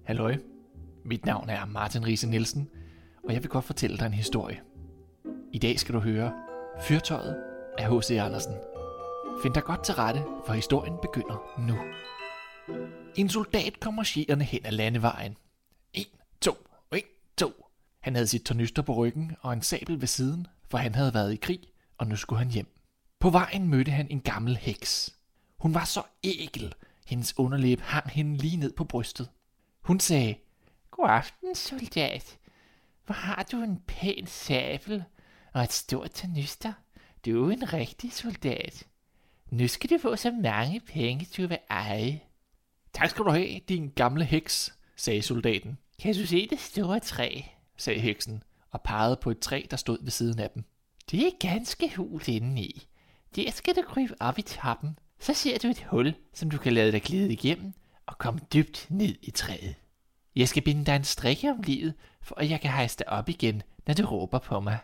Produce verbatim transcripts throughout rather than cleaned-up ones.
Halløj, mit navn er Martin Riise Nielsen, og jeg vil godt fortælle dig en historie. I dag skal du høre Fyrtøjet af H C Andersen. Find dig godt til rette, for historien begynder nu. En soldat kom marcherende hen ad landevejen. En, to, en, to. Han havde sit tornyster på ryggen og en sabel ved siden, for han havde været i krig, og nu skulle han hjem. På vejen mødte han en gammel heks. Hun var så ækel, hendes underlæb hang hende lige ned på brystet. Hun sagde, "God aften, soldat. Hvor har du en pæn sabel og et stort tornyster. Du er jo en rigtig soldat. Nu skal du få så mange penge, du vil eje." "Tak skal du have, din gamle heks," sagde soldaten. "Kan du se det store træ?" sagde heksen og pegede på et træ, der stod ved siden af dem. "Det er ganske hult indeni. Der skal du krybe op i toppen. Så ser du et hul, som du kan lade dig glide igennem og komme dybt ned i træet. Jeg skal binde dig en strikke om livet, for at jeg kan hejse dig op igen, når du råber på mig."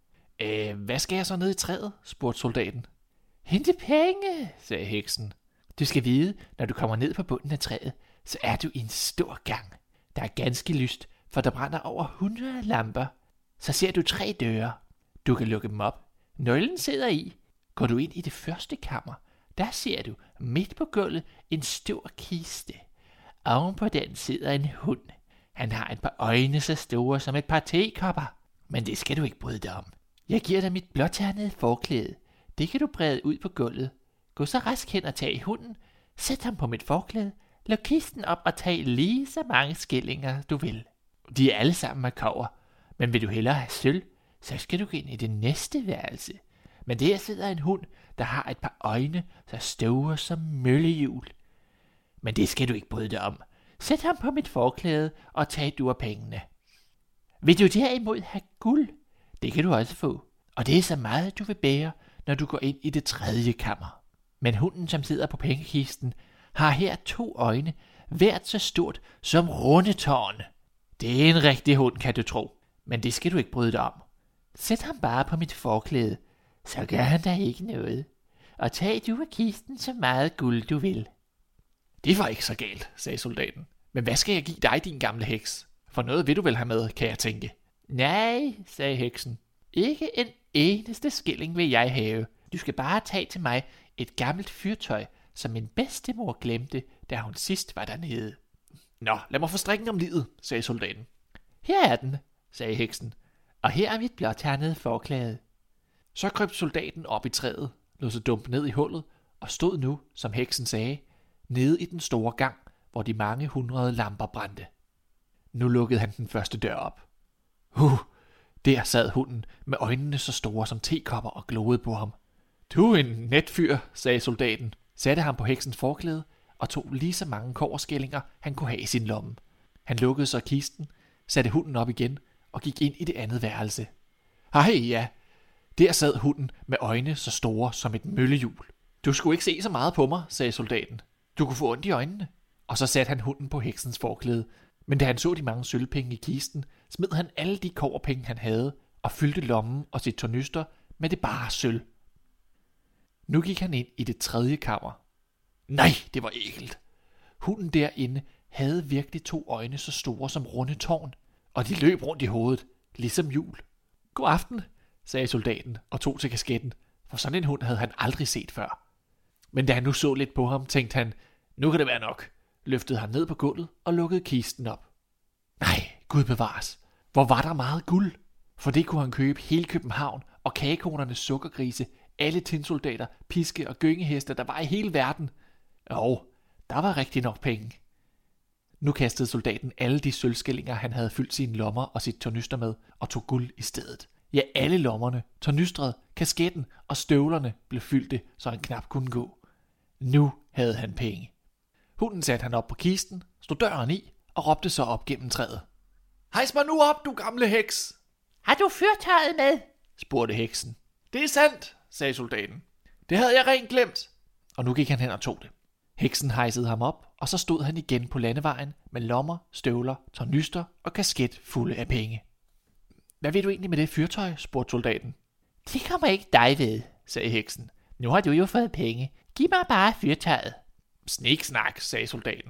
Øh, hvad skal jeg så ned i træet?" spurgte soldaten. "Hente penge," sagde heksen. "Du skal vide, når du kommer ned på bunden af træet, så er du i en stor gang. Der er ganske lyst, for der brænder over hundrede lamper. Så ser du tre døre. Du kan lukke dem op. Nøglen sidder i. Går du ind i det første kammer, der ser du midt på gulvet en stor kiste. Ovenpå den sidder en hund. Han har et par øjne så store som et par tekopper. Men det skal du ikke bryde dig om. Jeg giver dig mit blåternede forklæde. Det kan du brede ud på gulvet. Gå så rask hen og tag hunden. Sæt ham på mit forklæde. Luk kisten op og tag lige så mange skillinger du vil. De er alle sammen af kobber. Men vil du hellere have sølv, så skal du gå ind i det næste værelse. Men der sidder en hund, der har et par øjne, så store som møllehjul. Men det skal du ikke bryde dig om. Sæt ham på mit forklæde og tag du af pengene. Vil du derimod have guld? Det kan du også få. Og det er så meget, du vil bære, når du går ind i det tredje kammer. Men hunden, som sidder på pengekisten, har her to øjne, hvert så stort som rundetårne. Det er en rigtig hund, kan du tro. Men det skal du ikke bryde dig om. Sæt ham bare på mit forklæde, så gør han der ikke noget. Og tag du af kisten så meget guld du vil." "Det var ikke så galt," sagde soldaten. "Men hvad skal jeg give dig, din gamle heks? For noget vil du vel have med, kan jeg tænke." "Nej," sagde heksen. "Ikke en eneste skilling vil jeg have. Du skal bare tage til mig et gammelt fyrtøj, som min bedstemor glemte, da hun sidst var dernede." "Nå, lad mig få strikken om livet," sagde soldaten. "Her er den," sagde heksen. "Og her er mit blåternede forklæde." Så krøb soldaten op i træet, lod sig dumpe ned i hullet og stod nu, som heksen sagde, nede i den store gang, hvor de mange hundrede lamper brændte. Nu lukkede han den første dør op. Huh, der sad hunden med øjnene så store som tekopper og gloede på ham. "Du er en net fyr," sagde soldaten, satte ham på heksens forklæde og tog lige så mange kobberskillinger, han kunne have i sin lomme. Han lukkede så kisten, satte hunden op igen og gik ind i det andet værelse. Hej ja, der sad hunden med øjne så store som et møllehjul. "Du skulle ikke se så meget på mig," sagde soldaten. "Du kunne få ondt i øjnene." Og så satte han hunden på heksens forklæde. Men da han så de mange sølvpenge i kisten, smed han alle de kobberpenge, han havde, og fyldte lommen og sit tornyster med det bare sølv. Nu gik han ind i det tredje kammer. Nej, det var ækelt. Hunden derinde havde virkelig to øjne så store som runde tårn, og de løb rundt i hovedet, ligesom hjul. "God aften," sagde soldaten og tog til kasketten, for sådan en hund havde han aldrig set før. Men da han nu så lidt på ham, tænkte han, nu kan det være nok, løftede han ned på gulvet og lukkede kisten op. Nej, Gud bevares, hvor var der meget guld, for det kunne han købe hele København og kagekonernes sukkergrise, alle tinsoldater, piske og gyngeheste, der var i hele verden. Og der var rigtig nok penge. Nu kastede soldaten alle de sølvskillinger, han havde fyldt sine lommer og sit tornyster med, og tog guld i stedet. Ja, alle lommerne, tornystret, kasketten og støvlerne blev fyldte, så han knap kunne gå. Nu havde han penge. Hunden satte han op på kisten, stod døren i og råbte så op gennem træet. "Hejs mig nu op, du gamle heks!" "Har du fyrtøjet med?" spurgte heksen. "Det er sandt," sagde soldaten. "Det havde jeg rent glemt." Og nu gik han hen og tog det. Heksen hejsede ham op, og så stod han igen på landevejen med lommer, støvler, tornyster og kasket fulde af penge. "Hvad vil du egentlig med det fyrtøj?" spurgte soldaten. "Det kommer ikke dig ved," sagde heksen. "Nu har du jo fået penge. Giv mig bare fyrtøjet." "Sniksnak," sagde soldaten.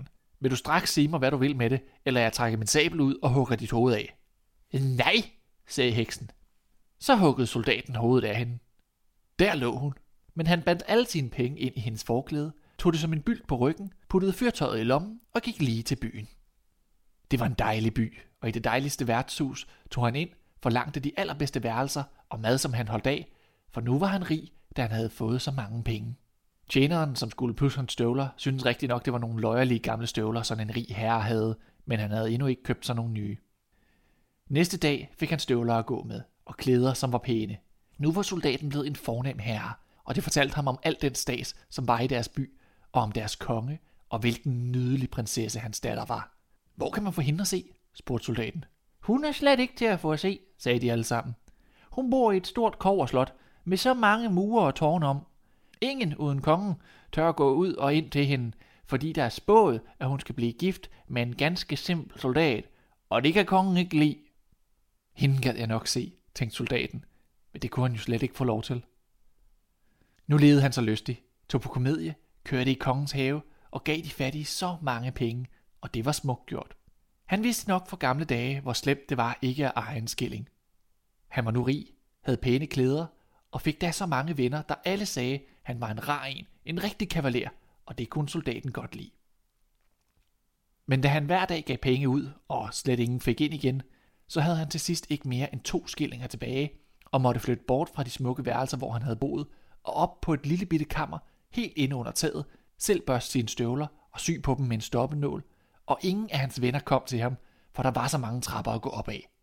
Vil du straks sige mig, hvad du vil med det, eller jeg trækker min sabel ud og hugger dit hoved af? Nej, sagde heksen. Så huggede soldaten hovedet af hende. Der lå hun, men han bandt alle sine penge ind i hendes forklæde, tog det som en bylt på ryggen, puttede fyrtøjet i lommen og gik lige til byen. Det var en dejlig by, og i det dejligste værtshus tog han ind, forlangte de allerbedste værelser og mad, som han holdt af, for nu var han rig, da han havde fået så mange penge. Tjeneren, som skulle pudse hans støvler, syntes rigtig nok, det var nogle løjerlige gamle støvler, sådan en rig herre havde, men han havde endnu ikke købt sig nogle nye. Næste dag fik han støvler at gå med, og klæder, som var pæne. Nu var soldaten blevet en fornem herre, og det fortalte ham om alt den stads, som var i deres by, og om deres konge, og hvilken nydelig prinsesse hans datter var. Hvor kan man få hende at se? Spurgte soldaten. Hun er slet ikke til at få at se, sagde de alle sammen. Hun bor i et stort kobberslot, med så mange mure og tårne om. Ingen uden kongen tør at gå ud og ind til hende, fordi der er spået, at hun skal blive gift med en ganske simpel soldat, og det kan kongen ikke lide. Hende gad jeg nok se, tænkte soldaten, men det kunne han jo slet ikke få lov til. Nu levede han så lystig, tog på komedie, kørte i kongens have og gav de fattige så mange penge, og det var smukt gjort. Han vidste nok fra gamle dage, hvor slemt det var ikke at eje en skilling. Han var nu rig, havde pæne klæder, og fik da så mange venner, der alle sagde, han var en rar en, en rigtig kavaler, og det kunne soldaten godt lide. Men da han hver dag gav penge ud, og slet ingen fik ind igen, så havde han til sidst ikke mere end to skillinger tilbage, og måtte flytte bort fra de smukke værelser, hvor han havde boet, og op på et lille bitte kammer, helt inde under taget, selv børste sine støvler og sy på dem med en stoppenål, og ingen af hans venner kom til ham, for der var så mange trapper at gå op af.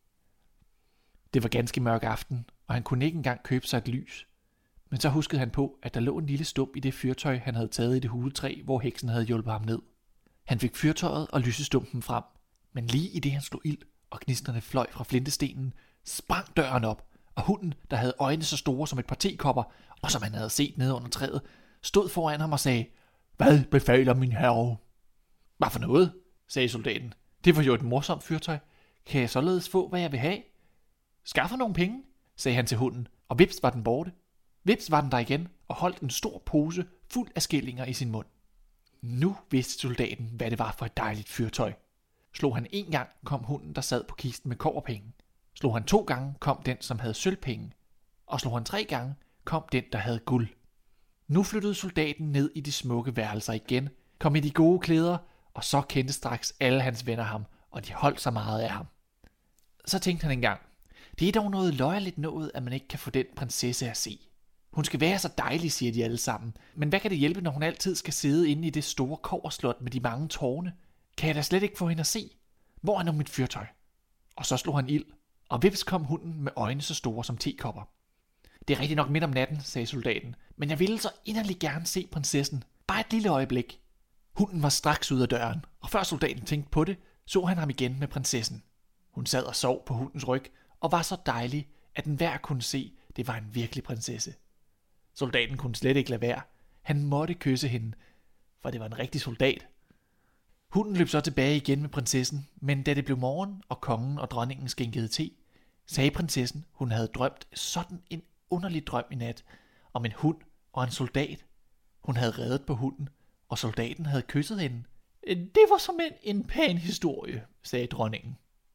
Det var ganske mørk aften, og han kunne ikke engang købe sig et lys. Men så huskede han på, at der lå en lille stump i det fyrtøj, han havde taget i det huletræ, hvor heksen havde hjulpet ham ned. Han fik fyrtøjet og lysestumpen frem, men lige i det han slog ild, og gnisterne fløj fra flintestenen, sprang døren op, og hunden, der havde øjne så store som et par tekopper, og som han havde set nede under træet, stod foran ham og sagde, "Hvad befaler min herre?" "Hvad for noget?" sagde soldaten. "Det var jo et morsomt fyrtøj. Kan jeg således få, hvad jeg vil have?" "Skaffer nogle penge," sagde han til hunden, og vips var den borte. Vips var den der igen, og holdt en stor pose fuld af skillinger i sin mund. Nu vidste soldaten, hvad det var for et dejligt fyrtøj. Slog han en gang, kom hunden, der sad på kisten med kobberpenge. Slog han to gange, kom den, som havde sølvpenge. Og slog han tre gange, kom den, der havde guld. Nu flyttede soldaten ned i de smukke værelser igen, kom i de gode klæder, og så kendte straks alle hans venner ham, og de holdt så meget af ham. Så tænkte han engang, det er dog noget løjerligt noget, at man ikke kan få den prinsesse at se. Hun skal være så dejlig, siger de alle sammen, men hvad kan det hjælpe, når hun altid skal sidde inde i det store kobberslot med de mange tårne? Kan jeg da slet ikke få hende at se? Hvor er nu mit fyrtøj? Og så slog han ild, og vips kom hunden med øjne så store som tekopper. Det er rigtig nok midt om natten, sagde soldaten, men jeg ville så inderligt gerne se prinsessen. Bare et lille øjeblik. Hunden var straks ud af døren, og før soldaten tænkte på det, så han ham igen med prinsessen. Hun sad og sov på hundens ryg, og var så dejlig, at enhver kunne se, det var en virkelig prinsesse. Soldaten kunne slet ikke lade være. Han måtte kysse hende, for det var en rigtig soldat. Hunden løb så tilbage igen med prinsessen, men da det blev morgen, og kongen og dronningen skænkede te, sagde prinsessen, hun havde drømt sådan en underlig drøm i nat, om en hund og en soldat. Hun havde reddet på hunden, og soldaten havde kysset hende. Det var som en, en pæn historie, sagde dronningen.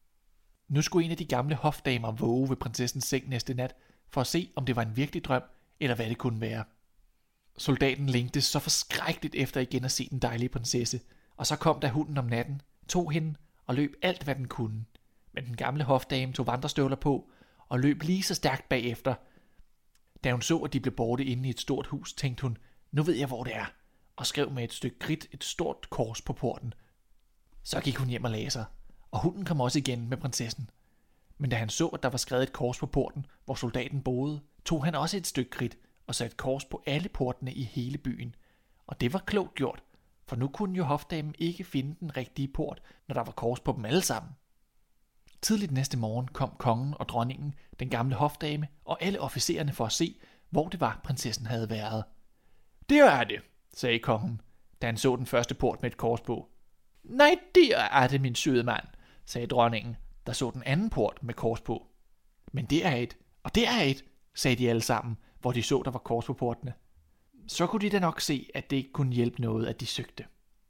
Nu skulle en af de gamle hofdamer våge ved prinsessens seng næste nat, for at se, om det var en virkelig drøm, eller hvad det kunne være. Soldaten længtes så forskrækkeligt efter igen at se den dejlige prinsesse, og så kom der hunden om natten, tog hende og løb alt, hvad den kunne. Men den gamle hofdame tog vandrestøvler på og løb lige så stærkt bagefter. Da hun så, at de blev borte inde i et stort hus, tænkte hun, nu ved jeg, hvor det er, og skrev med et stykke kridt et stort kors på porten. Så gik hun hjem og lagde sig, og hunden kom også igen med prinsessen. Men da han så, at der var skrevet et kors på porten, hvor soldaten boede, tog han også et stykke kridt og satte kors på alle portene i hele byen. Og det var klogt gjort, for nu kunne jo hofdamen ikke finde den rigtige port, når der var kors på dem alle sammen. Tidligt næste morgen kom kongen og dronningen, den gamle hofdame og alle officererne for at se, hvor det var, prinsessen havde været. Der er det, sagde kongen, da han så den første port med et kors på. Nej, der er det, min søde mand, sagde dronningen, der så den anden port med kors på. Men det er et, og det er et, sagde de alle sammen, hvor de så, der var kors på portene. Så kunne de da nok se, at det ikke kunne hjælpe noget, at de søgte.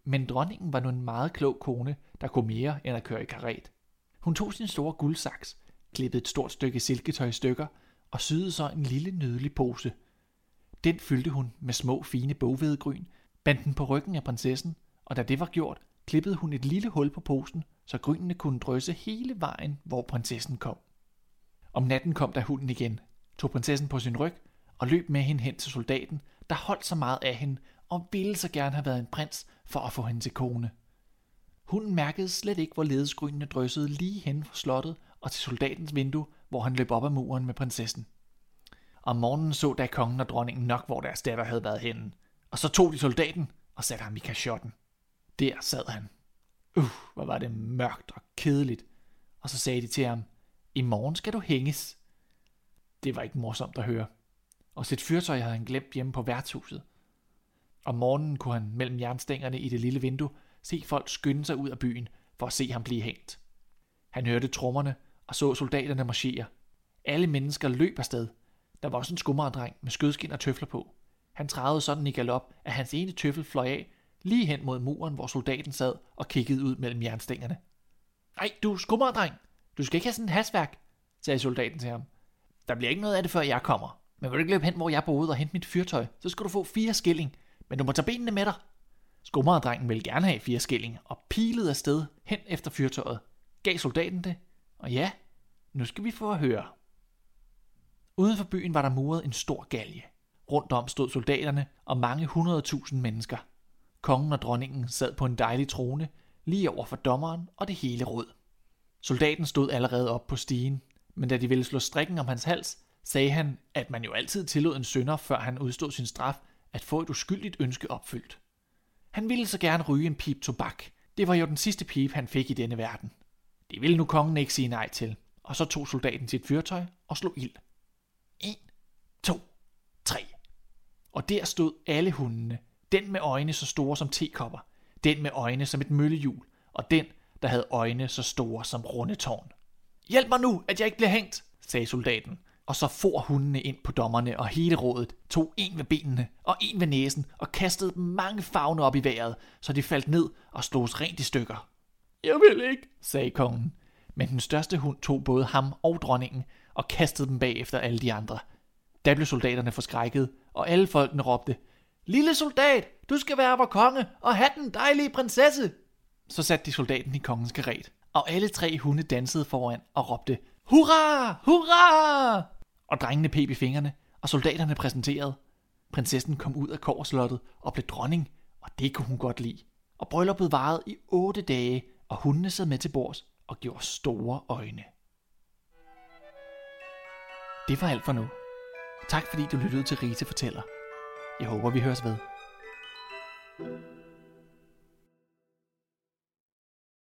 Men dronningen var nu en meget klog kone, der kunne mere end at køre i karet. Hun tog sin store guldsaks, klippede et stort stykke silketøj i stykker og syede så en lille nydelig pose. Den fyldte hun med små fine bogvedgryn, bandt den på ryggen af prinsessen, og da det var gjort, klippede hun et lille hul på posen, så grynene kunne drysse hele vejen, hvor prinsessen kom. Om natten kom der hunden igen, tog prinsessen på sin ryg og løb med hende hen til soldaten, der holdt så meget af hende og ville så gerne have været en prins for at få hende til kone. Hunden mærkede slet ikke, hvorledes grynene dryssede lige hen fra slottet og til soldatens vindue, hvor han løb op ad muren med prinsessen. Om morgenen så da kongen og dronningen nok, hvor deres datter havde været henne, og så tog de soldaten og satte ham i kashotten. Der sad han. Uh, hvor var det mørkt og kedeligt. Og så sagde de til ham, i morgen skal du hænges. Det var ikke morsomt at høre. Og sit fyrtøj havde han glemt hjemme på værtshuset. Om morgenen kunne han mellem jernstængerne i det lille vindue se folk skynde sig ud af byen for at se ham blive hængt. Han hørte trommerne og så soldaterne marchere. Alle mennesker løb afsted. Der var også en skummeredreng med skødskin og tøfler på. Han trædede sådan i galop, at hans ene tøffel fløj af, lige hen mod muren, hvor soldaten sad og kiggede ud mellem jernstængerne. Ej, du skummeredreng, du skal ikke have sådan et hasværk, sagde soldaten til ham. Der bliver ikke noget af det, før jeg kommer. Men vil du ikke løbe hen, hvor jeg boede og hente mit fyrtøj, så skal du få fire skilling, men du må tage benene med dig. Skummeredrengen ville gerne have fire skilling og pilede afsted hen efter fyrtøjet. Gav soldaten det, og ja, nu skal vi få at høre. Uden for byen var der muret en stor galge. Rundt om stod soldaterne og mange hundrede tusind mennesker. Kongen og dronningen sad på en dejlig trone, lige over for dommeren og det hele råd. Soldaten stod allerede op på stigen, men da de ville slå strikken om hans hals, sagde han, at man jo altid tillod en synder, før han udstod sin straf, at få et uskyldigt ønske opfyldt. Han ville så gerne ryge en pip tobak. Det var jo den sidste pip, han fik i denne verden. Det ville nu kongen ikke sige nej til, og så tog soldaten sit fyrtøj og slog ild. En, to, tre. Og der stod alle hundene. Den med øjne så store som tekopper, den med øjne som et møllehjul, og den, der havde øjne så store som runde tårn. Hjælp mig nu, at jeg ikke bliver hængt, sagde soldaten, og så for hundene ind på dommerne, og hele rådet tog en ved benene og en ved næsen og kastede dem mange favne op i vejret, så de faldt ned og slogs rent i stykker. Jeg vil ikke, sagde kongen, men den største hund tog både ham og dronningen og kastede dem bagefter alle de andre. Da blev soldaterne forskrækket, og alle folkene råbte, lille soldat, du skal være vor konge og have den dejlige prinsesse. Så satte de soldaten i kongens karet, og alle tre hunde dansede foran og råbte, hurra, hurra! Og drengene peb i fingrene, og soldaterne præsenterede. Prinsessen kom ud af kobberslottet og blev dronning, og det kunne hun godt lide. Og brylluppet varede i otte dage, og hundene sad med til bords og gjorde store øjne. Det var alt for nu. Tak fordi du lyttede til Rita Fortæller. Jeg håber, vi høres ved.